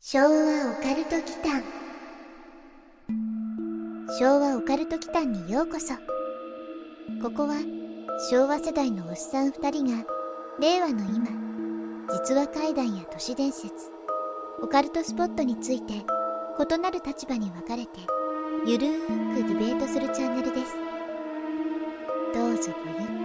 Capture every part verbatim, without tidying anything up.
昭和オカルト祈間。昭和オカルト祈間にようこそ。ここは昭和世代のおっさん二人が令和の今、実話怪談や都市伝説、オカルトスポットについて異なる立場に分かれてゆるーくディベートするチャンネルです。どうぞごゆっくり。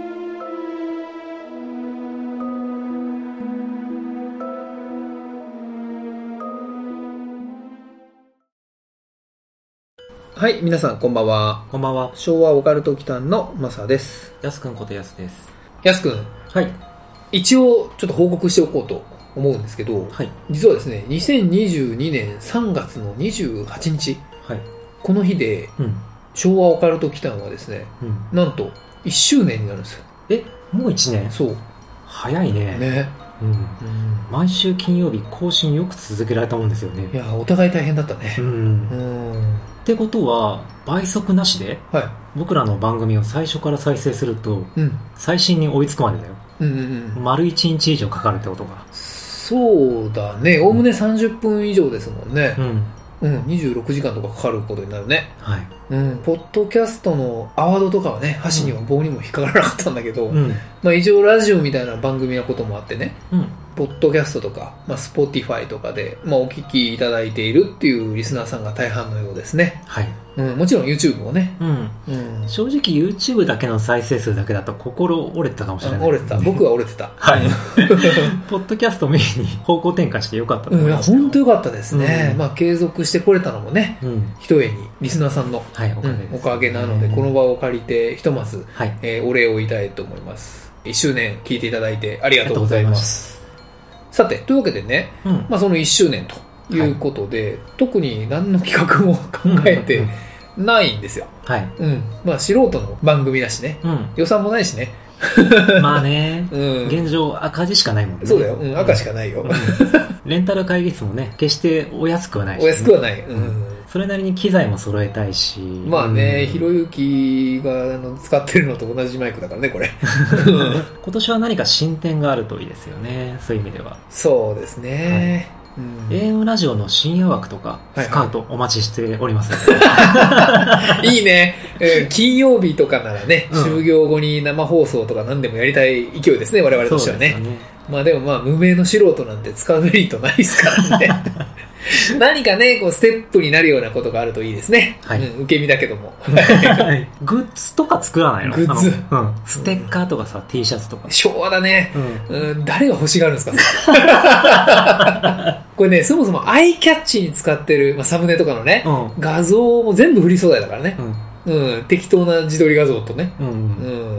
はい、皆さんこんばんは。 こんばんは。 昭和オカルト祈間のマサです。 やすくんことやすです。 やすくん、 はい。 一応ちょっと報告しておこうと思うんですけど、 はい。 実はですね、にせんにじゅうにねんさんがつのにじゅうはちにち、 はい。 この日で、 うん。 昭和オカルト祈間はですね、 うん。 なんといっしゅうねんになるんですよ。 え、もういちねん？ そう。 早いね。 ね。 うん。 うん。 毎週金曜日更新よく続けられたもんですよね。 いや、お互い大変だったね。 う。 うんん。 ってことは、倍速なしで、 はい。 僕らの番組を最初から再生すると、 うん。 最新に追いつくまでだよ。 うんうんうん。 丸いちにち以上かかるってことか。 そうだね。おおむねさんじゅっぷん以上ですもんね。 うん。 うん、にじゅうろくじかんとかかかることになるね。 はい。 うん、ポッドキャストのアワードとかはね、箸にも棒にも引っかからなかったんだけど、 うん。 まあ一応ラジオみたいな番組なこともあってね、 うん。 ポッドキャストとか、まあ、Spotify とかで、まあ、お聞きいただいているっていうリスナーさんが大半のようですね。 はい。 うん、もちろん YouTube もね。 うん。 うん、 正直 YouTube だけの再生数だけだと心折れてたかもしれない。 折れてた。僕は折れてた。 はい。ポッドキャストメインに方向転換してよかったとうん、いや、 思いますよ。 本当よかったですね。 うんまあ、継続してこれたのもね、 うん。 ひとえにリスナーさんの、 はい、おかげです、 うんおかげなので、この場を借りて、ひとまず、 はい。 えーお礼を言いたいと思います。いっしゅうねん聞いていただいてありがとうございます。 す。 さて、というわけでね、 うん。 まあ、そのいっしゅうねんということで、特に何の企画も考えてないんですよ。 はい。 うん。まあ、素人の番組だしね。 うん。 予算もないしね。 まあね、 うん。 現状赤字しかないもんね。 そうだよ。うん、赤しかないよ。 うんレンタル会議室もね、決してお安くはないし、ね。 お安くはない。うん。 それなりに機材も揃えたいし。 まあね、 うんひろゆきがあの使ってるのと同じマイクだからね、これ。 今年は何か進展があるといいですよね。そういう意味では。 そうですね。うんエーエム ラジオの深夜枠とか、 はいはいスカウトお待ちしております、 いいね、うん。金曜日とかならね、 うん就業後に生放送とか何でもやりたい勢いですね、我々としてはね。 そうですよね。 まあでもまあ無名の素人なんて使うメリットないですからね。何かね、こうステップになるようなことがあるといいですね。 はいうん、受け身だけども。 グッズとか作らないの？ グッズあのうん。ステッカーとかさ、T シャツとか。 昭和だね。 うん。 うん、誰が欲しがるんですか、それこれね、そもそもアイキャッチに使ってる、まあ、サムネとかのね、 うん。 画像も全部フリー素材だからね。 うん。 うん、適当な自撮り画像とね。 うん。 うん、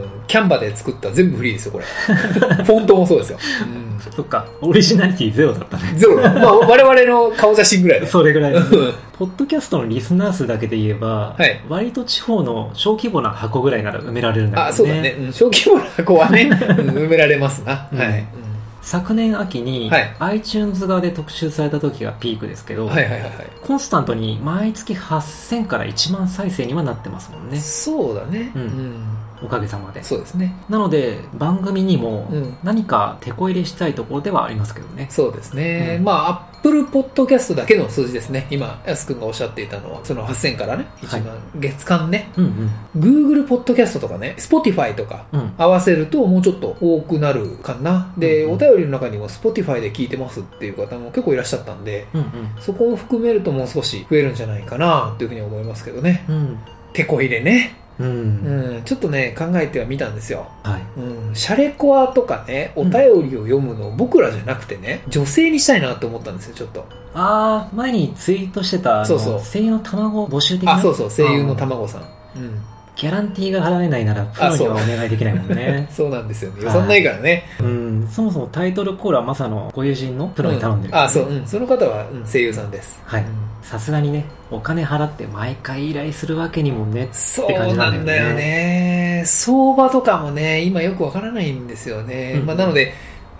キャンバで作った全部フリーですよ、これ。フォントもそうですよ。うんそっか、オリジナリティゼロだったね。 ゼロだ。まあ、我々の顔写真ぐらいだ。 それぐらい。 うんポッドキャストのリスナー数だけで言えば、 はい割と地方の小規模な箱ぐらいなら埋められるんだけどね。 あ、そうだね。うん小規模な箱はね、うん埋められますな。 うんはい。 昨年秋に、 はい iTunes 側で特集された時がピークですけど、 はいはいはいはい。 コンスタントに毎月はっせんからいちまん再生にはなってますもんね。 そうだね。 うんおかげさまで。 そうですね。 なので、番組にもうん何か手こ入れしたいところではありますけどね。 そうですね。 うんまあ、Apple Podcast だけの数字ですね。今、やすくんがおっしゃっていたのは、そのはっせんからね、いちまん、 はい月間ね。 うんうん。 Google Podcast とかね、Spotify とかうん。 合わせるともうちょっと多くなるかな。で、 うんお便りの中にも Spotify で聞いてますっていう方も結構いらっしゃったんで、 うんそこを含めるともう少し増えるんじゃないかなというふうに思いますけどね。 うん。うん。 手こ入れね。 うん。 うん、ちょっとね、考えてはみたんですよ。 はい。 うん、シャレコアとかね、お便りを読むのを僕らじゃなくてね、女性にしたいなと思ったんですよ、ちょっと。 あー、前にツイートしてた、あのそうそう声優の卵募集的な。 あ、そうそう、声優の卵さん。うん。 ギャランティーが払えないなら、プロにはお願いできないもんね。 そうなんですよね。予算ないからね。 うん。そもそもタイトルコールはまさのご友人のプロに頼んでる、 うんあ、そう、うん。その方は、うん、声優さんです。 はいうんさすがにね、お金払って毎回依頼するわけにもね、 そって感うじなだよね。 なんんだよね。相場とかもね、今よくわからないんですよね。 うんまあ、なので、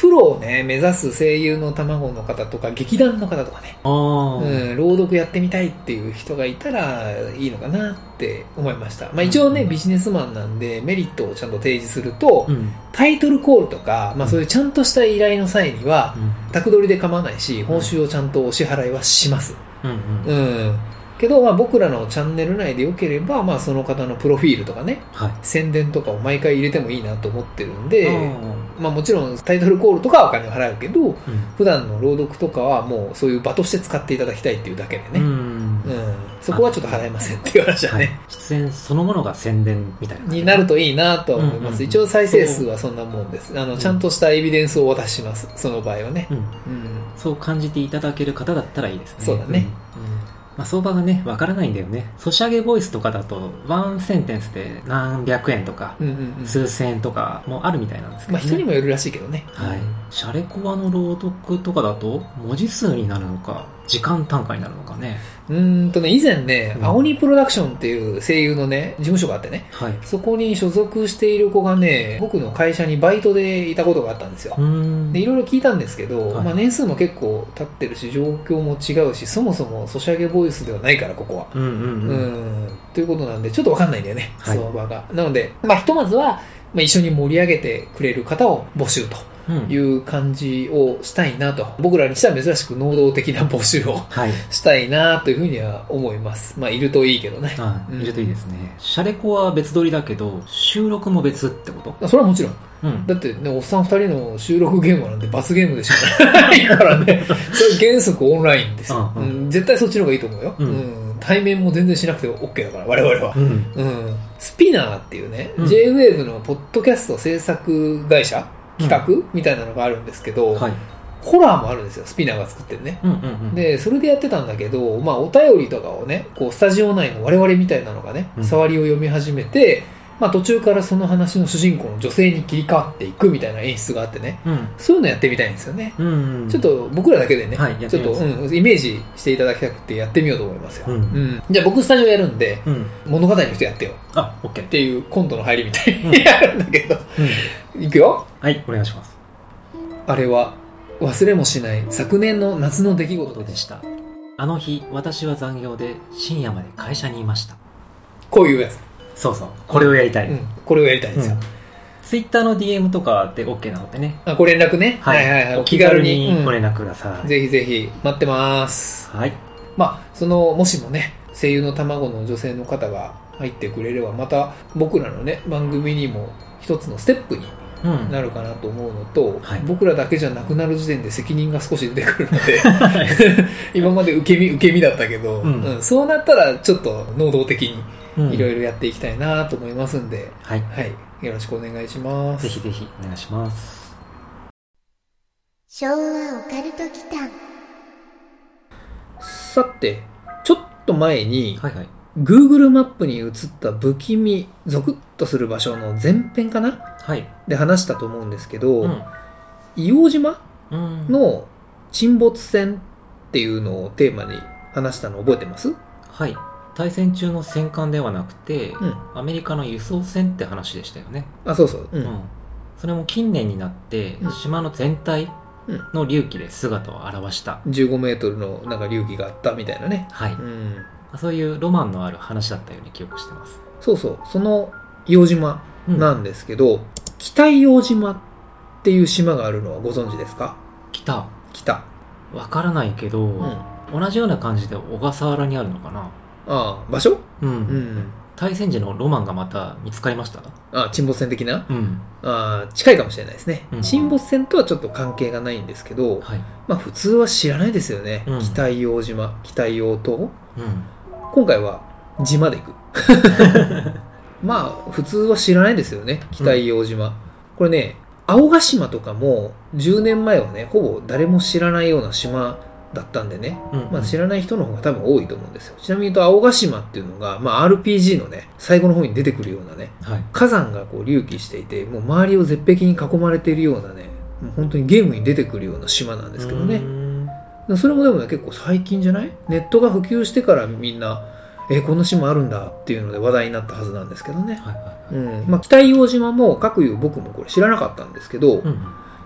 プロをね、目指す声優の卵の方とか、劇団の方とかね、 あー、 うん、朗読やってみたいっていう人がいたらいいのかなって思いました。まあ一応ね、 うんビジネスマンなんで、メリットをちゃんと提示すると、 うんタイトルコールとか、まあそういうちゃんとした依頼の際には、 うん宅取りで構わないし、報酬をちゃんとお支払いはします。 うんうんうん。けど、まあ僕らのチャンネル内でよければ、まあその方のプロフィールとかね、 はい。 宣伝とかを毎回入れてもいいなと思ってるんで、 あまあもちろんタイトルコールとかはお金を払うけど、 ーうん普段の朗読とかはもうそういう場として使っていただきたいっていうだけでね、 うんうん、そこはちょっと払えませんっていう話だはいね、 出演そのものが宣伝みたいな感じになるといいなとは思います、 うんうん一応再生数はそんなもんですあのちゃんとしたエビデンスをお渡ししますその場合はね、 うんうんそう感じていただける方だったらいいですね。 そうだね、 まあ、相場がね、わからないんだよね。ソシャゲボイスとかだと、ワンセンテンスで何百円とか、 うんうんうんうん数千円とかもあるみたいなんですけど、ね。 まあ人にもよるらしいけどね、 はい。シャレコアの朗読とかだと、文字数になるのか、時間単価になるのかね。 うーんとね以前ね、 うん青鬼プロダクションっていう声優のね事務所があってね、 はい。 そこに所属している子がね僕の会社にバイトでいたことがあったんですよ、 うーん。 でいろいろ聞いたんですけど、 はいまあ、年数も結構経ってるし状況も違うしそもそもソシャゲボイスではないからここは、 うんうんううん。 んということなんでちょっとわかんないんだよねはい相場が、なので、まあ、ひとまずは、まあ、一緒に盛り上げてくれる方を募集とうんいう感じをしたいなと僕らにしては珍しく能動的な募集をはい。 したいなというふうには思いますまあいるといいけどねあうんいるといいですね。シャレコアは別撮りだけど、収録も別ってことそれはもちろんうん。 だってね、おっさん二人の収録ゲームなんて罰ゲームでしかないからね。それ原則オンラインですよ。 うんうんうん絶対そっちの方がいいと思うよ、 うんうん対面も全然しなくて OK だから、我々はう。ん。 うんスピナーっていうね、 うんジェイウェーブ のポッドキャスト制作会社企画、みたいなのがあるんですけど、 はい。 ホラーもあるんですよ、スピナーが作ってるね。 うんうんうん。 で、それでやってたんだけど、まあ、お便りとかをね、こう、スタジオ内の我々みたいなのがね、 うん触りを読み始めて、まあ、途中からその話の主人公の女性に切り替わっていくみたいな演出があってね、 うん。 そういうのやってみたいんですよね。 うんうん。 ちょっと僕らだけでね、 はいやっちょっと、 てみますうん、イメージしていただきたくてやってみようと思いますよ。 うんうんじゃあ僕スタジオやるんで、 うん。 物語の人やってよあ、オッケーっ。ていうコントの入りみたいにやるんだけど、 うん。 いくよ。 はい、お願いします。 あれは忘れもしない昨年の夏の出来こ事でしとでした。あの日、私は残業で深夜まで会社にいました。 た。こういうやつ。 そうそう。これをやりたい。 うん、これをやりたいんですよ。 ツイッターの ディーエム とかで OK なのでね。 あご連絡ね、はい、はいはいお気軽に、うんご連絡ください。 ぜひぜひ待ってます。 はい。 まあそのもしもね声優の卵の女性の方が入ってくれればまた僕らのね番組にも一つのステップにうん。 なるかなと思うのと、 はい僕らだけじゃなくなる時点で責任が少し出てくるので今まで受け身受け身だったけど、 うんうんそうなったらちょっと能動的にうんいろいろやっていきたいなと思いますんで、 はい。 はい、よろしくお願いします。 ぜひぜひお願いします。 昭和オカルト祈間。 さて、ちょっと前に、 はいはい。 Google マップに映った不気味、ゾクッとする場所の前編かなはい。 で話したと思うんですけど、 うん。 硫黄島うん。 の沈没船っていうのをテーマに話したの覚えてます？ はい。対戦中の戦艦ではなくて、 うん。 アメリカの輸送船って話でしたよね。 あ、そうそう。う。 うんん。それも近年になって、 うん島の全体の隆起で姿を現した。 じゅうごメートルのなんか隆起があったみたいなね。 はい。 うん。 そういうロマンのある話だったように記憶してます。 そうそう。その硫黄島うんなんですけど、北硫黄島っていう島があるのはご存知ですか？ 来た。 北。 わからないけど、 うん。あ同じような感じで小笠原にあるのかな。 あ、場所？ うん。 うん。 対戦時のロマンがまた見つかりました。 あ沈没船的な？ うん。 あ近いかもしれないですね、 うん沈没船とはちょっと関係がないんですけど、 はい。 まあ普通は知らないですよね、 うん北硫黄島北硫黄島うん。 今回は島で行くまあ普通は知らないですよね北硫黄島、これね青ヶ島とかもじゅうねんまえはねほぼ誰も知らないような島だったんでね、 うん。 まあ、知らない人の方が多分多いと思うんですよ。ちなみに言うと青ヶ島っていうのが、まあ、アールピージー のね最後の方に出てくるようなねはい。 火山がこう隆起していてもう周りを絶壁に囲まれているようなねもう本当にゲームに出てくるような島なんですけどうーねんそれもでもね結構最近じゃないネットが普及してからみんなえーこんな島あるんだっていうので話題になったはずなんですけどね、 はいはいはい。 うんまあ、北硫黄島も各有僕もこれ知らなかったんですけど、 うん。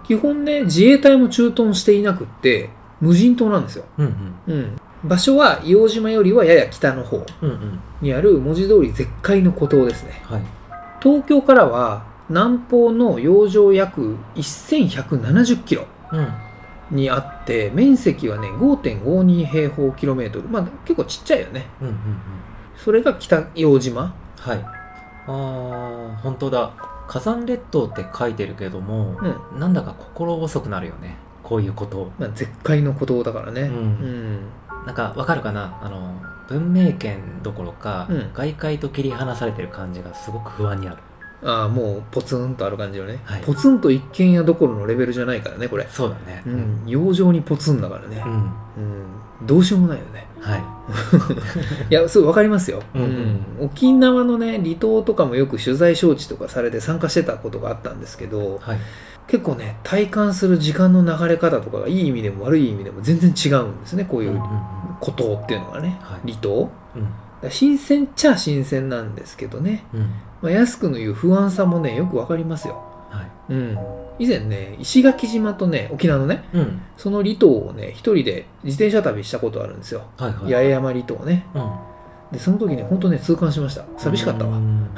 基本ね自衛隊も駐屯していなくって無人島なんですよ、 うんうんうん、場所は硫黄島よりはやや北の方うんうんにある文字通り絶海の孤島ですね。 はい東京からは南方の洋上約せんひゃくななじゅっキロうんにあって面積はね ごてんごに 平方キロメートル、まあ結構ちっちゃいよね。 うんうんうんそれが北硫黄島。 はいあー本当だ火山列島って書いてるけども、 うん、 なんだか心細くなるよねこういうことを。 まあ、絶海の孤島だからね。 うんうんなんかわかるかなあの文明圏どころか、 うん外界と切り離されてる感じがすごく不安にある。 ああもうポツンとある感じよね、 はいポツンと一軒家どころのレベルじゃないからねこれ。 そうだねうん洋上にポツンだからね、 うんうん、どうしようもないよね。 はいいやそう分かりますよ、 うんうん沖縄のね離島とかもよく取材招致とかされて参加してたことがあったんですけど、 はい結構ね体感する時間の流れ方とかがいい意味でも悪い意味でも全然違うんですねこういううんうんうん孤島っていうのがね、 はい離島うんだから新鮮っちゃ新鮮なんですけどね、 うんまあ、安くの言う不安さもねよくわかりますよ。 はいうん以前ね石垣島とね沖縄のねうんその離島をね一人で自転車旅したことあるんですよ。 はいはい八重山離島ね。 うんでその時ね本当ね痛感しました。寂しかったわ。 うーん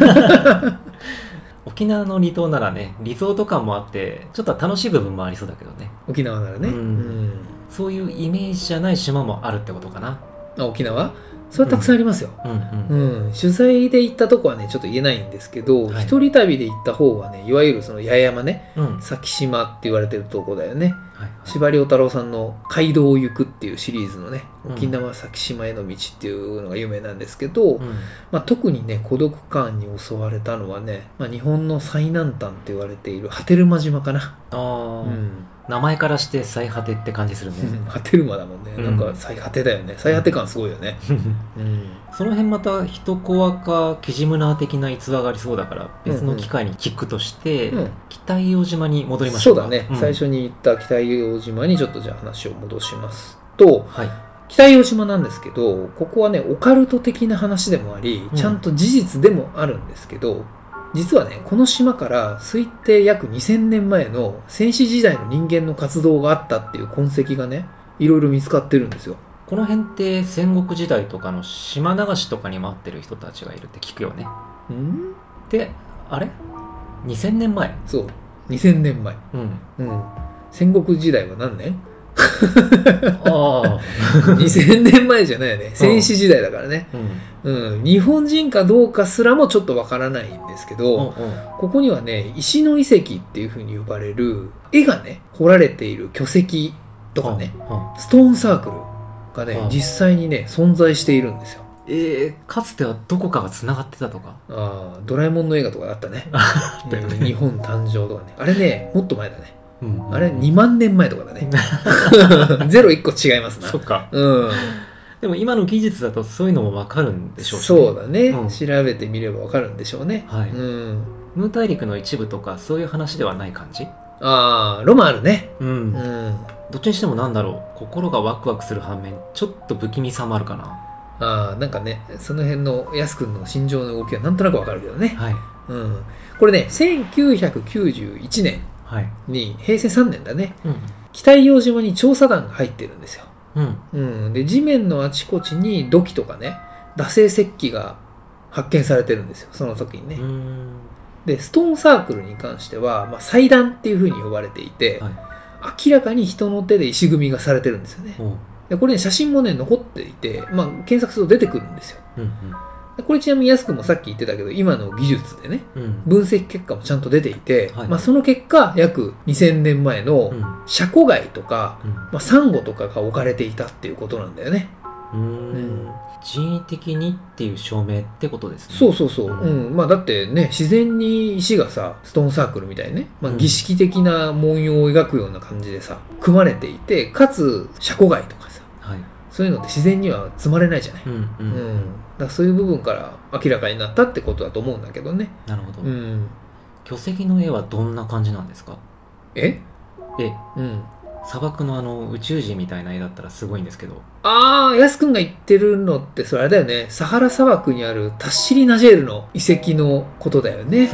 沖縄の離島ならねリゾート感もあってちょっと楽しい部分もありそうだけどね。 沖縄ならね、 うんうんそういうイメージじゃない島もあるってことかな。 あ沖縄それはたくさんありますよ。 うんうんうん、取材で行ったとこはねちょっと言えないんですけど、 はい一人旅で行った方はねいわゆるその八重山ねうん先島って言われてるとこだよね。 はい司馬遼太郎さんの「街道を行く」っていうシリーズのねうん沖縄先島への道っていうのが有名なんですけど、 うんまあ、特にね孤独感に襲われたのはね、まあ、日本の最南端って言われている波照間島かな。 ああ、 うん名前からして最果てって感じするね。 波照間だもんね、 うんなんか最果てだよね。最果て感すごいよね。うんその辺また一コアかキジムナー的な逸話がありそうだから別の機会に聞くとして、 うん北硫黄島に戻りましょか。 そううだね、 ん最初に言った北硫黄島にちょっとじゃあ話を戻しますと、 はい北硫黄島なんですけどここはねオカルト的な話でもありうんちゃんと事実でもあるんですけど、実はねこの島から推定約にせんねんまえの先史時代の人間の活動があったっていう痕跡がねいろいろ見つかってるんですよ。 この辺って戦国時代とかの島流しとかに回ってる人たちがいるって聞くよね。 んであれにせんねんまえ。 そうにせんねんまえ、 うんうん、戦国時代は何年あにせんねんまえじゃないよね先史時代だからね、 あうんうん、日本人かどうかすらもちょっとわからないんですけど、 うんうんここにはね石の遺跡っていう風に呼ばれる絵がね彫られている巨石とかねうんうんストーンサークルがねうん実際にね存在しているんですよ。 えー、かつてはどこかがつながってたとか。 ああドラえもんの映画とかあったねたよねうん日本誕生とかねあれねもっと前だねうんあれにまんねんまえとかだねゼロいっこ違いますな。 そっか。 うんでも今の技術だとそういうのも分かるんでしょうし、 そうだね、 うん調べてみればわかるんでしょうね。 はいうん、 ムー大陸の一部とかそういう話ではない感じ。 ああロマンあるね。 うんうんどっちにしてもなんだろう心がワクワクする反面ちょっと不気味さもあるかな。 ああなんかねその辺のやすくんの心情の動きはなんとなくわかるけどね、 はいうん、これねせんきゅうひゃくきゅうじゅういちねはいんにへいせいさんねんだねうん北硫黄島に調査団が入ってるんですよ、 うんうん、で地面のあちこちに土器とかね打製石器が発見されてるんですよその時にね、 うーんでストーンサークルに関しては、まあ、祭壇っていう風に呼ばれていて、 はい明らかに人の手で石組みがされてるんですよね。 おうでこれね写真もね残っていて、まあ、検索すると出てくるんですよ。 うんでこれちなみに安くもさっき言ってたけど今の技術でねうんうん分析結果もちゃんと出ていて、 はいまあ、その結果約にせんねんまえのうんシャコ貝とか、 うんまあ、サンゴとかが置かれていたっていうことなんだよね。 うーん人為的にっていう証明ってことですね。 そうそうそう、 うんうんまあ、だってね自然に石がさストーンサークルみたいにね、まあ、 うん儀式的な文様を描くような感じでさ組まれていてかつシャコ貝とかさはいそういうのって自然には積まれないじゃない、 うんううんんだからそういう部分から明らかになったってことだと思うんだけどね。 なるほど、 うん、 巨石の絵はどんな感じなんですか。 え絵うん砂漠のあの宇宙人みたいな絵だったらすごいんですけど。 ああ、ヤスくんが言ってるのって、それあれだよね。サハラ砂漠にあるタッシリ・ナジェールの遺跡のことだよね。 そうですね。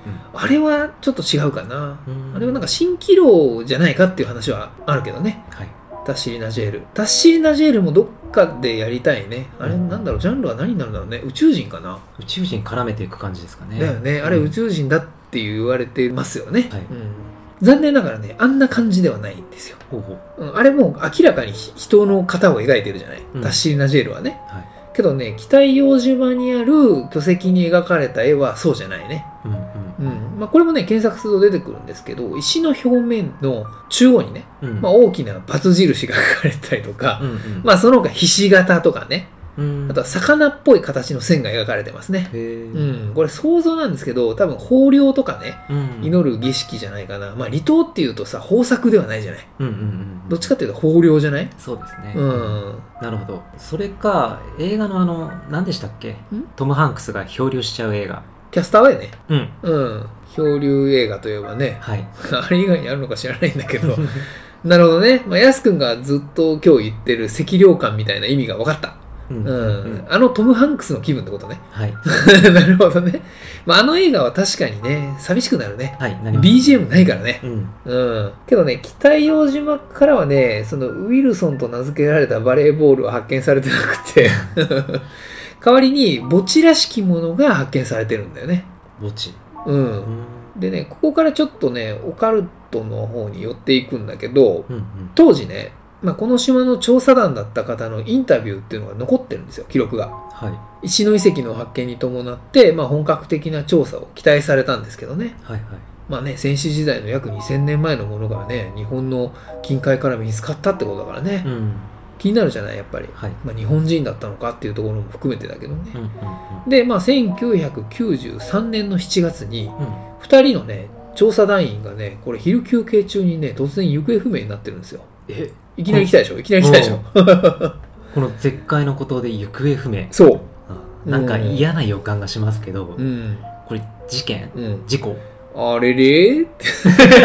あれはちょっと違うかな。 うんあれはなんか蜃気楼じゃないかっていう話はあるけどね。 はい。 タッシリナジェール。タッシリナジェールもどっかでやりたいね。あれなんだろう、ジャンルは何になるんだろうね。宇宙人かな。 宇宙人絡めていく感じですかね。 だよね。あれうん宇宙人だって言われてますよね。 はいうん残念ながらね、あんな感じではないんですよ。 ほうほう。 うんあれもう明らかに人の型を描いてるじゃない。 うんタッシリナジェールはね。 はい。 けどね、北硫黄島にある巨石に描かれた絵はそうじゃないね。 うんうんうんまあ、これもね、検索すると出てくるんですけど、石の表面の中央にね、 うん。 まあ、大きなバツ印が描かれてたりとか、 うんうん。 まあその他ひし形とかね、 うん。 あとは魚っぽい形の線が描かれてますね。 へーうん、これ想像なんですけど、多分豊漁とかね、 うん。 祈る儀式じゃないかな。まあ離島っていうとさ、豊作ではないじゃない。 うんうんうん。 どっちかっていうと豊漁じゃないそうですね。 うん。 なるほど。それか、映画のあの、何でしたっけトム・ハンクスが漂流しちゃう映画。 キャスターはね、 うん。 うん。漂流映画といえばね、 はい。 あれ以外にあるのか知らないんだけど、なるほどね。まあ、やすくんがずっと今日言ってる赤涼感みたいな意味が分かった。 うんうん。 うんあのトム・ハンクスの気分ってことね。 はい。 なるほどね。まあ、あの映画は確かにね、寂しくなるね。 はい。何ビージーエム ないからね。 うん。 うん。けどね、北硫黄島からはね、そのウィルソンと名付けられたバレーボールは発見されてなくて、代わりに墓地らしきものが発見されてるんだよね。 墓地。 う。 うんん。 でね、ここからちょっとね、オカルトの方に寄っていくんだけど、 うんうん。 当時ね、まあ、この島の調査団だった方のインタビューっていうのが残ってるんですよ、記録が。 はい。 石の遺跡の発見に伴って、まあ、本格的な調査を期待されたんですけどね。 はいはい。 まあね、先史時代の約にせんねんまえのものがね、日本の近海から見つかったってことだからね。 うん。 気になるじゃない、やっぱり。 はい。 まあ、日本人だったのかっていうところも含めてだけどね。 うんうんうん。 で、まあ、せんきゅうひゃくきゅうじゅうさんねんのしちがつに、 うん。 ふたりのね、調査団員がね、これ昼休憩中にね、突然行方不明になってるんですよ。 えいきなり来たでしょいきなり来たでしょこの絶海の孤島で行方不明。 そう。 うんなんか嫌な予感がしますけど、 うん。 これ事件うん。 事故あれれーって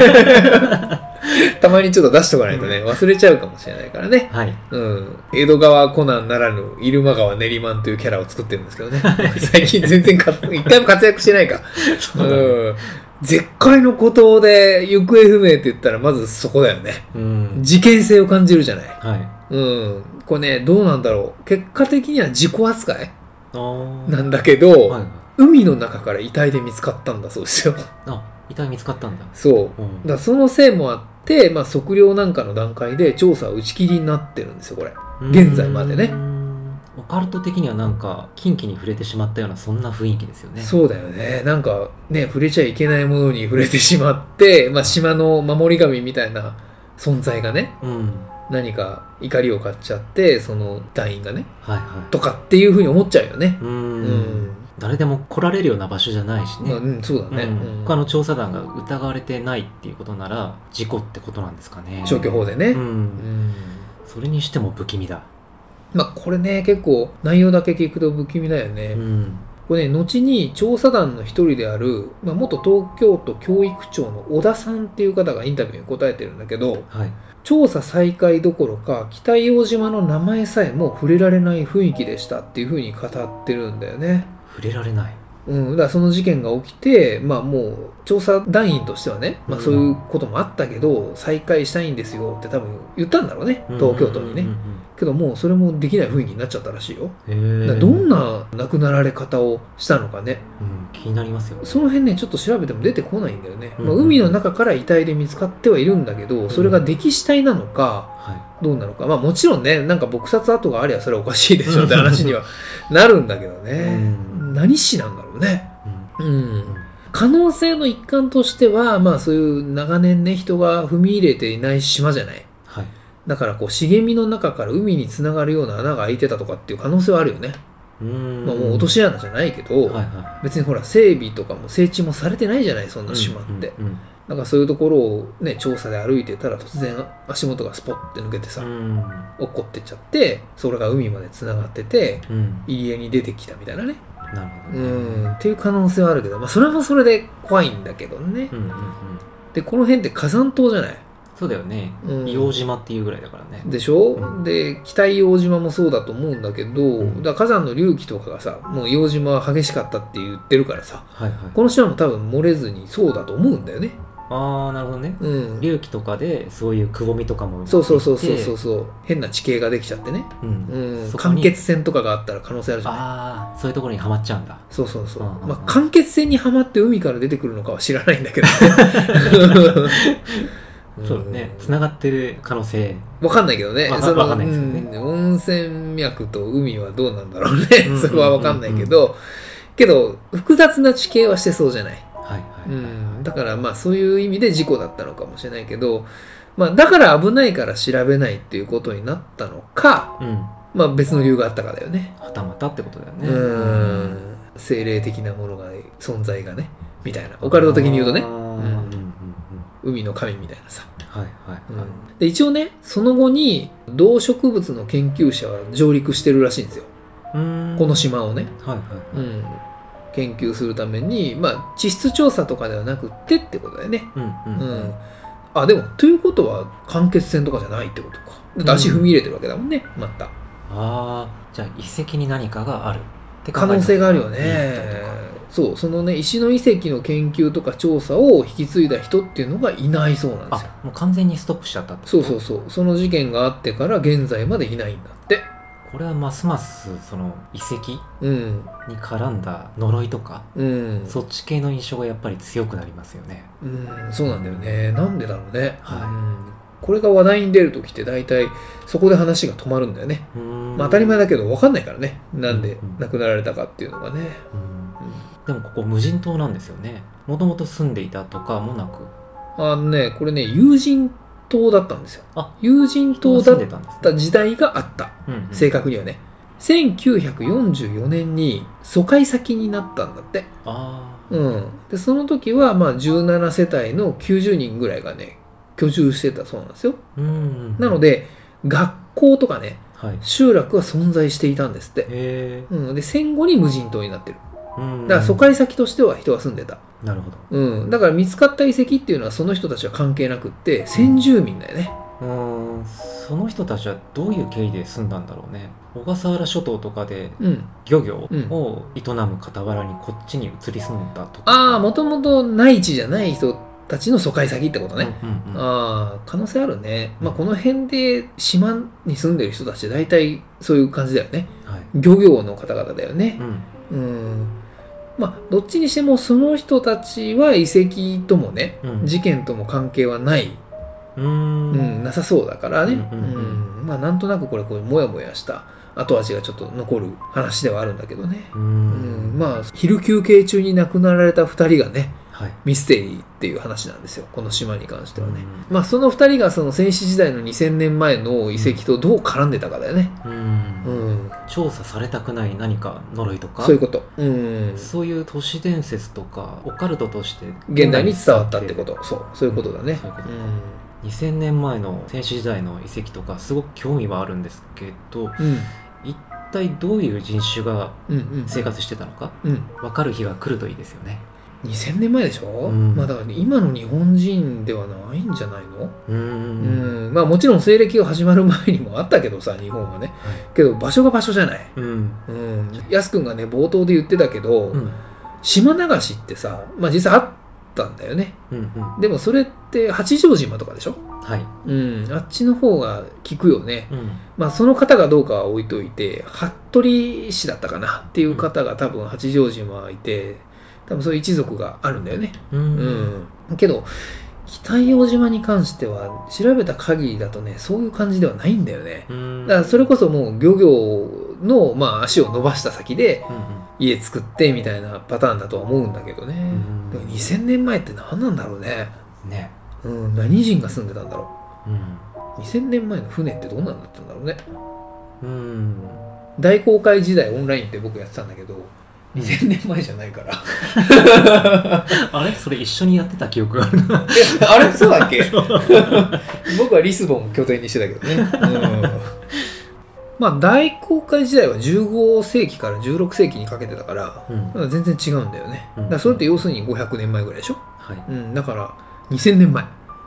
たまにちょっと出しとかないとね、忘れちゃうかもしれないからね。 はい。 うん。江戸川コナンならぬ、入間川練馬というキャラを作ってるんですけどね。最近全然か、一回も活躍してないか。 そうだね。 うん。絶海の孤島で行方不明って言ったらまずそこだよね。 うん。 事件性を感じるじゃない。 はい。 うん。これね、どうなんだろう。結果的には事故扱いあーなんだけど、 はいはい。 海の中から遺体で見つかったんだそうですよ。 あ、遺体見つかったんだ。 そう。 うんだからそのせいもあって、まあ、測量なんかの段階で調査は打ち切りになってるんですよ、これ。現在までねうーんオカルト的にはなんか近畿に触れてしまったようなそんな雰囲気ですよね。 そうだよね。なんかね、触れちゃいけないものに触れてしまって、まあ、島の守り神みたいな存在がね、 うん。 何か怒りを買っちゃって、その団員がね、 はいはい。 とかっていうふうに思っちゃうよね。 うーんうん誰でも来られるような場所じゃないしね。 まあ、うん、そうだね。 うんうん他の調査団が疑われてないっていうことなら事故ってことなんですかね。 消去法でね。 うん。 うんそれにしても不気味だ。 まあ、これね、結構内容だけ聞くと不気味だよね。 うん。 これね、後に調査団の一人である、まあ、元東京都教育長の小田さんっていう方がインタビューに答えてるんだけど、 はい。 調査再開どころか北硫黄島の名前さえも触れられない雰囲気でしたっていうふうに語ってるんだよね。 触れられない。 うん、だからその事件が起きて、まあもう調査団員としてはね、まあそういうこともあったけど、再開したいんですよって多分言ったんだろうね、東京都にね。 うんうんけどもうそれもできない雰囲気になっちゃったらしいよ。 うんうん。へーだからどんな亡くなられ方をしたのかね。 うん、気になりますよ。 その辺ね、ちょっと調べても出てこないんだよね。 うんまあ、海の中から遺体で見つかってはいるんだけど、それが溺死体なのか、 はどうなのか。まあもちろんね、なんか撲殺跡がありゃそれはおかしいでしょって話にはなるんだけどね。 うん何死なんだろうね。 い。うん。 うん。 うん可能性の一環としては、まあそういう長年ね、人が踏み入れていない島じゃない。 はい。 だからこう茂みの中から海につながるような穴が開いてたとかっていう可能性はあるよね。 うーん。 まあもう落とし穴じゃないけど、 はいは別にほら整備とかも整地もされてないじゃない、そんい。 な島って。 うんなんかそういうところをね、調査で歩いてたら突然足元がスポッて抜けてさ、 うん。 落っこってっちゃって、それが海までつながってて、 うん。 入り江に出てきたみたいなね。 なるほうどね。 ん、っていう可能性はあるけど、まあそれもそれで怖いんだけどね。 うんうんうん。 で、この辺って火山島じゃない。 そうだよね、 うん、 硫黄島っていうぐらいだからね。 でしょ、 うん、 で北硫黄島もそうだと思うんだけど、 うん、 だから火山の隆起とかがさもう硫黄島は激しかったって言ってるからさ、 はいはい、 この島も多分漏れずにそうだと思うんだよね。 ああなるほどね、 うん、 隆起とかでそういうくぼみとかもそうそうそうそうそうそう変な地形ができちゃってね、 うんうん、 そこに間欠泉とかがあったら可能性あるじゃない。 ああそういうところにはまっちゃうんだ。 そうそうそう、 うんうんうん、 まあ、間欠泉にはまって海から出てくるのかは知らないんだけどねそうだね、つながってる可能性わかんないけどね、 わそのかんないですよね、 うん、温泉脈と海はどうなんだろうね、 うんうんうんうん、 そこはわかんないけど、けど複雑な地形はしてそうじゃない。 はいはいはいはい、 うん、だからまあそういう意味で事故だったのかもしれないけど、まあ、だから危ないから調べないっていうことになったのか、 うん、 まあ別の理由があったからだよね。 はたまたってことだよね。 うん精霊的なものが存在がねみたいなオカルト的に言うとね、うんうんうんうん、 海の神みたいなさ、 はいはいはい、 うん、で一応ねその後に動植物の研究者は上陸してるらしいんですよ、 うーんこの島をね、 はいはいはい、 うん研究するために、まあ、地質調査とかではなくってってことだよね。 うんうんうんうん、あでもということは間欠泉とかじゃないってことか。だって足踏み入れてるわけだもんね、また。 ああじゃあ遺跡に何かがあるって可能性があるよね。そうそのね石の遺跡の研究とか調査を引き継いだ人っていうのがいないそうなんですよ。 あもう完全にストップしちゃったってこと。 そうそうそうその事件があってから現在までいないんだって。 これはますますその遺跡うんに絡んだ呪いとか、 うん、 そっち系の印象がやっぱり強くなりますよね。 うんそうなんだよね。なんでだろうね、 はいうん、これが話題に出るときって大体そこで話が止まるんだよね。 うーん、 まあ、当たり前だけど分かんないからねなんでうん亡くなられたかっていうのがね、 うん、でもここ無人島なんですよね。もともと住んでいたとかもなく。 あのねこれね有人島だったんですよ。 あ有人島だ住んでたんですねった時代があった、 うんうん、 正確にはねせんきゅうひゃくよんじゅうよねんに疎開先になったんだって。 あうん、でその時はまあじゅうななせたいのきゅうじゅうにんぐらいがね居住してたそうなんですよ。 うんうん、 なので学校とかねはい、 集落は存在していたんですって。 へうん、で戦後に無人島になってる。 ー、うん、 だから疎開先としては人は住んでた。 なるほど。 うん、だから見つかった遺跡っていうのはその人たちは関係なくって先住民だよね。 うーんその人たちはどういう経緯で住んだんだろうね。小笠原諸島とかでうん、 漁業を営む傍らにこっちに移り住んだとか。 ああもともと内地じゃない人たちの疎開先ってことね。 うんうんうん、 ああ可能性あるね。まあこの辺で島に住んでる人たち大体そういう感じだよね。 はい、 漁業の方々だよねう。んうんまあどっちにしてもその人たちは遺跡ともね、 うん、 事件とも関係はない、 うーんうん、なさそうだからね、 うんうんうんうんまあなんとなくこれこうモヤモヤした後味がちょっと残る話ではあるんだけどね、 うーうんん、まあ昼休憩中に亡くなられたふたりがねはいミステリーっていう話なんですよこの島に関してはね、まあそのふたりがその戦死時代のにせんねんまえの遺跡とどう絡んでたかだよね、 うんうん、 調査されたくない何か呪いとかそういうこと、うん、 そういう都市伝説とかオカルトとして現代に伝わったってことそうそういうことだね、 そういうことうんにせんねんまえの戦死時代の遺跡とかすごく興味はあるんですけど、 うん一体どういう人種がうんうん生活してたのかうん、 分かる日が来るといいですよね。 にせんねんまえでしょ、 うんまあだから、ね、今の日本人ではないんじゃないの、 うーんうんまあもちろん西暦が始まる前にもあったけどさ日本はねはいけど場所が場所じゃない、 うんうん、やすくんがね冒頭で言ってたけど、 うん島流しってさまあ実際あったんだよね。 うんうんでもそれって八丈島とかでしょ、 はいうん、あっちの方が効くよね。 うんまあその方がどうかは置いといて服部氏だったかなっていう方が多分八丈島いて多分そういう一族があるんだよね。 ううんん、けど北硫黄島に関しては調べた限りだとねそういう感じではないんだよね。 うんだからそれこそもう漁業の、まあ、足を伸ばした先でうんうん家作ってみたいなパターンだとは思うんだけどね。 んでもにせんねんまえって何なんだろうね。 ねうん、何人が住んでたんだろうんう。にせんねんまえの船ってどんなんだったんだろうね。 うん大航海時代オンラインって僕やってたんだけどにせんねんまえじゃないからあれそれ一緒にやってた記憶があるな。 えあれそうだっけ僕はリスボンを拠点にしてたけどね、うん、まあ大航海時代はじゅうごせいきからじゅうろくせいきにかけてたからうん全然違うんだよね。 うんだからそれって要するにごひゃくねんまえぐらいでしょ、 はいうん、だからにせんねんまえ、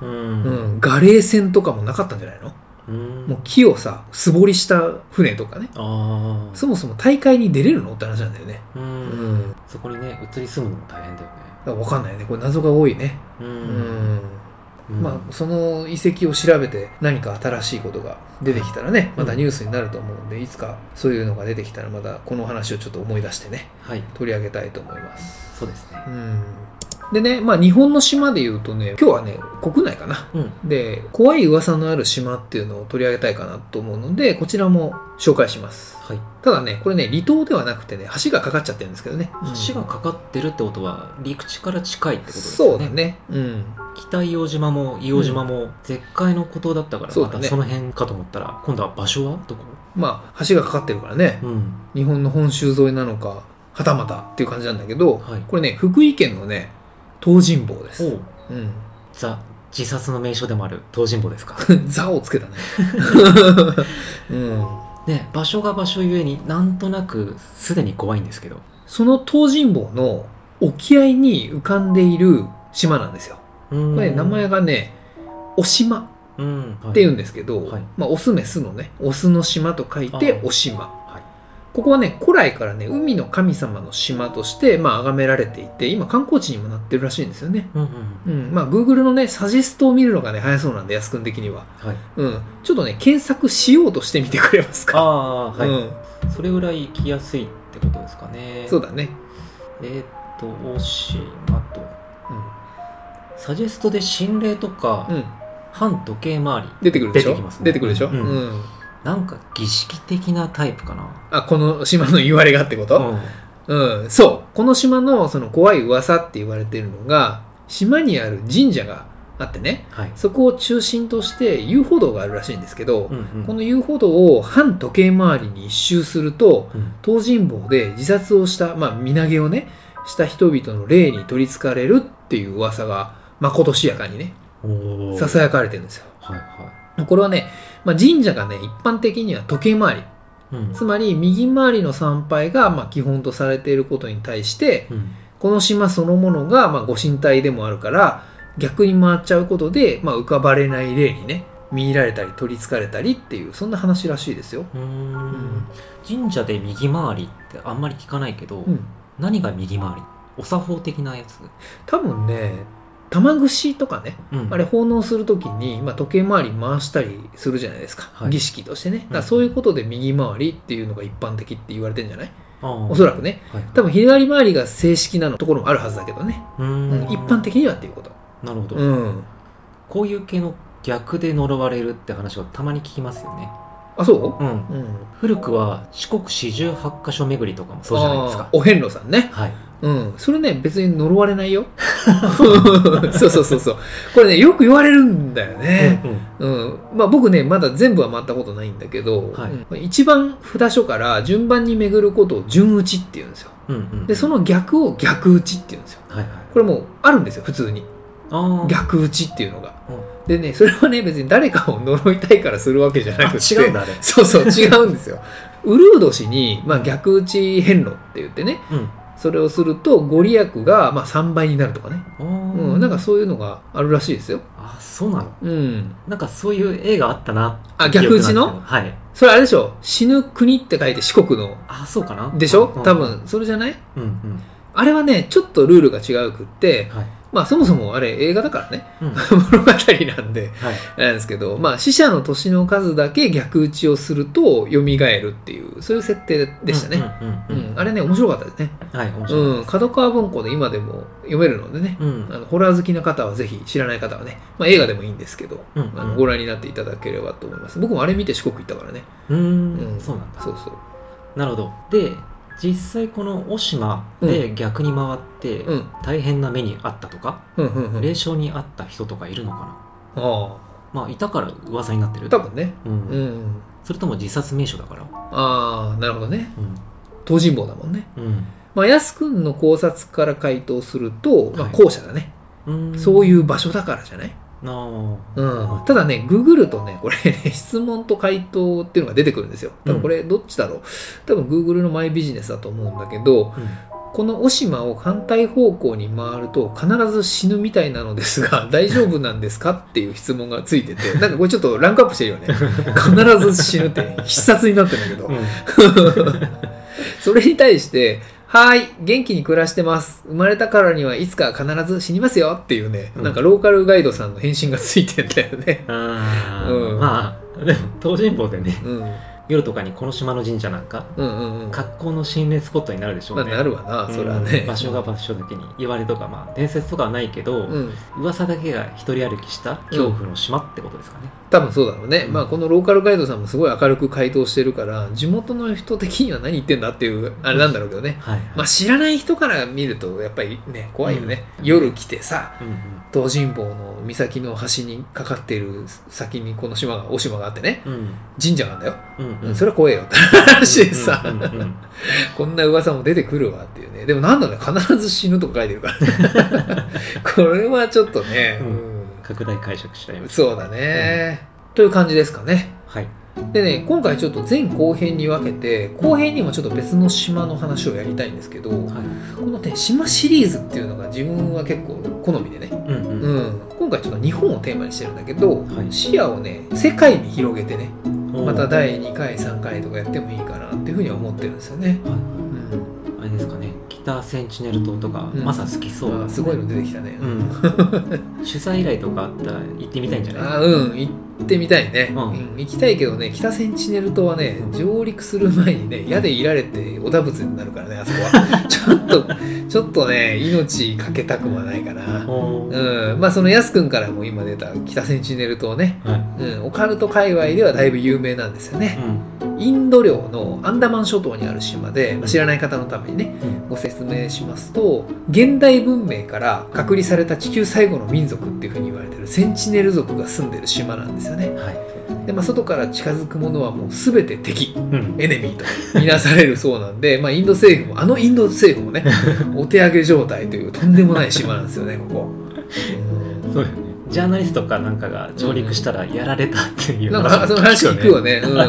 ううんん、ガレー船とかもなかったんじゃないの？ うんもう木をさ素彫りした船とかね。 ああそもそも大会に出れるのって話なんだよね。 ううんん、だかそこにね移り住むのも大変だよねら分かんないね。これ謎が多いね。 ううんんうんまあ、その遺跡を調べて何か新しいことが出てきたらね、またニュースになると思うんで、いつかそういうのが出てきたらまたこの話をちょっと思い出してね、 はい取り上げたいと思います。 そうですねうんでね、まあ日本の島で言うとね、今日はね、国内かな。 うんで、怖い噂のある島っていうのを取り上げたいかなと思うので、こちらも紹介します。 はいただね、これね、離島ではなくてね、橋がかかっちゃってるんですけどね。 橋がかかってるってことは陸地から近いってことですよねそうだね。うん。 北硫黄島も硫黄島も絶海の孤島だったから、 そうだねまたその辺かと思ったら今度は場所はどこ？ まあ、橋がかかってるからね、 うん日本の本州沿いなのか、はたまたっていう感じなんだけど、 はいこれね、福井県のね、東尋坊です。 おううん。 ザ自殺の名所でもある東尋坊ですかザをつけたね。うん。 ね場所が場所ゆえになんとなくすでに怖いんですけどその東尋坊の沖合に浮かんでいる島なんですよ。 ここれ名前がね、お島うんって言うんですけど、 はいまあ、オスメスのね、オスの島と書いてお島。 はいここはね、古来からね、海の神様の島として、まあ、崇められていて、今観光地にもなってるらしいんですよね。 うんうんうん。まあ、Google のね、サジェストを見るのがね、早そうなんで、安くん的には。 はいうん。ちょっとね、検索しようとしてみてくれますあか。 あはい、 うん。 それぐらい行きやすいってことですかねそうだね。 えーっと大島とうサジェストで心霊とか、 ん。うん。 反時計回り出てくるでしょ。 出てきますね出てくるでしょ。 ううんん。 なんか儀式的なタイプかなあ、この島の言われがってこと、うん、そう。この島のその怖い噂って言われているのが、島にある神社があってね、 はいそこを中心として遊歩道があるらしいんですけど、 うんうんこの遊歩道を反時計回りに一周すると、 うん東尋坊で自殺をした、まあ、身投げをね、した人々の霊に取り憑かれるっていう噂が、まことしやかにね、 おーささやかれてるんですよ。 はいはこれはね、まあ、神社がね、一般的には時計回り、 いうんつまり右回りの参拝がまあ基本とされていることに対して、 うんこの島そのものがまあご神体でもあるから逆に回っちゃうことで、まあ、浮かばれない霊にね見入られたり取りつかれたりっていうそんな話らしいですよ。 うーん神社で右回りってあんまり聞かないけど、 うん、 何が右回りお作法的なやつ、 多分ね玉串とかね、 うんあれ奉納するときに、まあ、時計回り回したりするじゃないですか、 はい儀式としてね。だからそういうことで右回りっていうのが一般的って言われてるんじゃない？ あーおそらくね。 はい多分左回りが正式なのところもあるはずだけどね、 うーうんん、一般的にはっていうこと。 なるほど、 うん、 こういう系の逆で呪われるって話はたまに聞きますよね。 あ、そううんうん、 古くは四国四十八箇所巡りとかもそうじゃないですか。 あーお遍路さんね。 はいうん。それね、別に呪われないよ。そうそうそうそう。これね、よく言われるんだよね。 うんうんうん。まあ僕ね、まだ全部は回ったことないんだけど、 はいうん一番札所から順番に巡ることを順打ちって言うんですよ。 うんうんで、その逆を逆打ちって言うんですよ。 はいはいこれもうあるんですよ、普通に。 あー逆打ちっていうのが。 うんでね、それはね、別に誰かを呪いたいからするわけじゃなくて。 あ違うんだあれそうそう、違うんですよ。ウルー年に、まあ、逆打ち遍路って言ってね、 うんそれをするとご利益がまあさんばいになるとかね、 あーうん、なんかそういうのがあるらしいですよ。 あそうなのうん。 なんかそういう映画あったなってあ逆打ちの記憶なんですけどはいそれあれでしょ、死ぬ国って書いて四国のあそうかなでしょ、 うん多分それじゃない？ うんうんあれはね、ちょっとルールが違うくって、 はいまあそもそもあれ映画だからね、 うん物語なんで、 はいあれなんですけど、まあ死者の年の数だけ逆打ちをすると蘇るっていう、そういう設定でしたね。 うんうんううんうんん、あれね、面白かったですね。 はい面白いうん、角川文庫で今でも読めるのでね、 うんあのホラー好きな方はぜひ、知らない方はね、まあ、映画でもいいんですけど、 うんあのご覧になっていただければと思います。僕もあれ見て四国行ったからね。 うーうんんそうなんだそうそう。 なるほどで実際この大島で逆に回ってうん。 大変な目にあったとか、 うんうんうん。 霊障にあった人とかいるのかなあまあいたから噂になってるあ、多分ね。 うんうん。 それとも自殺名所だからああ、なるほどね。 うん東尋坊だもんね。 うんまあ、安くんの考察から回答すると、まあ、 はい後者だね。 うんそういう場所だからじゃない？ あーうん、ただね、ググるとね、これね、質問と回答っていうのが出てくるんですよ。多分これどっちだろう。多分 Google のマイビジネスだと思うんだけど、 うんこのオシマを反対方向に回ると必ず死ぬみたいなのですが大丈夫なんですかっていう質問がついてて、なんかこれちょっとランクアップしてるよね。必ず死ぬって必殺になってるんだけど、うん、それに対してはい、元気に暮らしてます。生まれたからにはいつか必ず死にますよっていうね、うん、なんかローカルガイドさんの返信がついてんだよね。 あ、うん、まあでも東尋坊でね、うん、夜とかにこの島の神社なんか、うんうんうん、格好の心霊スポットになるでしょうね。 まあ、なるわな、それはね、 うん、場所が場所的に言われとか、まあ伝説とかはないけど、うん、噂だけが一人歩きした恐怖の島ってことですかね。 うん、多分そうだろうね。うん、まあこのローカルガイドさんもすごい明るく回答してるから地元の人的には何言ってんだっていうあれなんだろうけどね。はいはい、まあ知らない人から見るとやっぱりね怖いよね。うん、夜来てさ、うんうん、東尋坊の岬の端にかかっている先にこの島が大島があってね、うん、神社があるんだよ。うんうん、それは怖いよって話でさ、うんうんうんうん、こんな噂も出てくるわっていうね。でもなんだろうね、必ず死ぬとか書いてるからね。これはちょっとね、うんうん、 拡大解釈しちゃいます。 そうだね、うん、という感じですかね。 はい。 でね、今回ちょっと前後編に分けて後編にもちょっと別の島の話をやりたいんですけど、はい、このね島シリーズっていうのが自分は結構好みでね、うんうんうん、今回ちょっと日本をテーマにしてるんだけど、はい、視野をね世界に広げてねまただいにかいさんかいとかやってもいいかなっていうふうには思ってるんですよね。はい、 うん、あれですかね、北センチネル島とか、うん、マサ好きそうだ、ね、 すごいの出てきたね、うん、 主催依頼とかあったら行ってみたいんじゃない？ あ、うん、行ってみたいね、うんうん、行きたいけどね、北センチネル島はね上陸する前にね矢でいられておだぶつになるからね、あそこはちょっとちょっとね命かけたくはないかな。うん、まあそのやすくんからも今出た北センチネル島ね、はい、うん、オカルト界隈ではだいぶ有名なんですよね。うん、インド領のアンダマン諸島にある島で、まあ、知らない方のためにね、うん、ご説明しますと、現代文明から隔離された地球最後の民族っていうふうに言われてるセンチネル族が住んでる島なんですよね。はい、でまあ、外から近づくものはもう全て敵、うん、エネミーと見なされるそうなんで、まあ、インド政府もあのインド政府もねお手上げ状態というとんでもない島なんですよね、ここ。うん、 そうよね。ジャーナリストかなんかが上陸したらやられたっていう、 うん、なんかその話聞くよね。うん、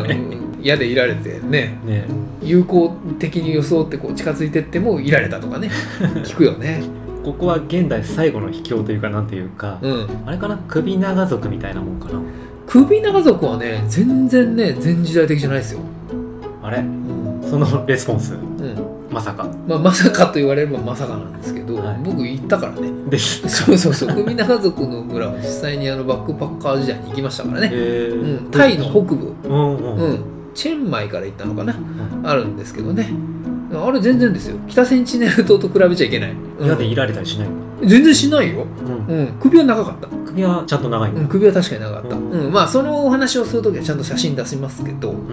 矢でいられてね、ね、友好的に装ってこう近づいてってもいられたとかね聞くよね。 ここは現代最後の秘境というかなんていうか、うん、あれかな、首長族みたいなもんかな。 首長族はね全然ね前時代的じゃないですよ。 あれ、うん、そのレスポンス、うん、まさか、 まあ、まさかと言われればまさかなんですけど、はい、僕行ったからね。ですそうそうそう、首長族の村は実際にあのバックパッカー時代に行きましたからね。うん、タイの北部、うんうんうん、チェンマイから行ったのかな、うん、あるんですけどね。あれ全然ですよ。北センチネル島と比べちゃいけない。 矢、うん、でいられたりしないの？ 全然しないよ、うんうん、首は長かった。 首はちゃんと長いの、 うん、首は確かに長かった、うんうん、まあそのお話をするときはちゃんと写真出しますけど、うん、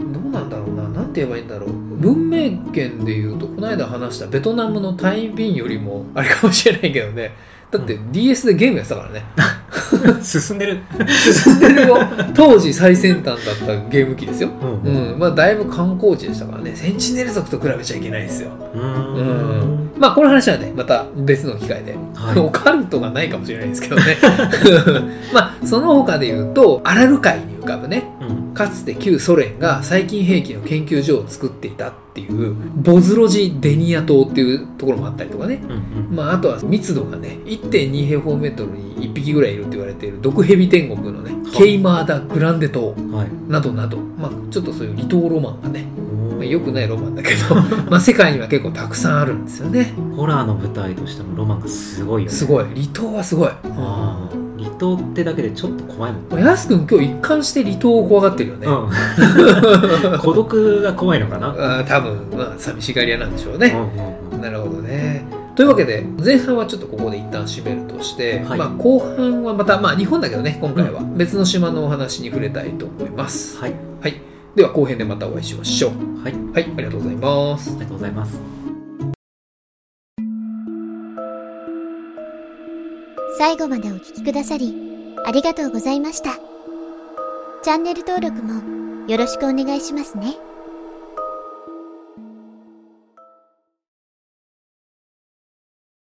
どうなんだろうな、なんて言えばいいんだろう。文明圏でいうとこの間話したベトナムのタイビンよりもあれかもしれないけどね。だって ディーエス でゲームやってたからね進んでる進んでるよ。当時最先端だったゲーム機ですよ、うんうん、まあだいぶ観光地でしたからね。センチネル族と比べちゃいけないですよ。うん、うん、まあこの話はねまた別の機会で、はい、オカルトがないかもしれないですけどねまあその他で言うとアラル海に浮かぶね、うん、かつて旧ソ連が細菌兵器の研究所を作っていたっていうボズロジデニア島っていうところもあったりとかね、うんうん、まああとは密度がね いってんに 平方メートルにいっぴきぐらいいるって言われている毒蛇天国のね、はい、ケイマーダ・グランデ島、はい、などなど、まあちょっとそういう離島ロマンがね、まあ、良くないロマンだけどまあ世界には結構たくさんあるんですよね。 ホラーの舞台としてもロマンがすごいよね。 すごい、離島はすごい。 あ、離島ってだけでちょっと怖いもんね。 やすくん今日一貫して離島を怖がってるよね、 うん、孤独が怖いのかな。 あ、多分、まあ、寂しがり屋なんでしょうね、うんうんうん、なるほどね。というわけで前半はちょっとここで一旦締めるとして、はい、まあ、後半はまた、まあ、日本だけどね今回は別の島のお話に触れたいと思います、はいはい、では後編でまたお会いしましょう。はい、はい、ありがとうございます。 ありがとうございます。 最後までお聞きくださりありがとうございました。チャンネル登録もよろしくお願いしますね。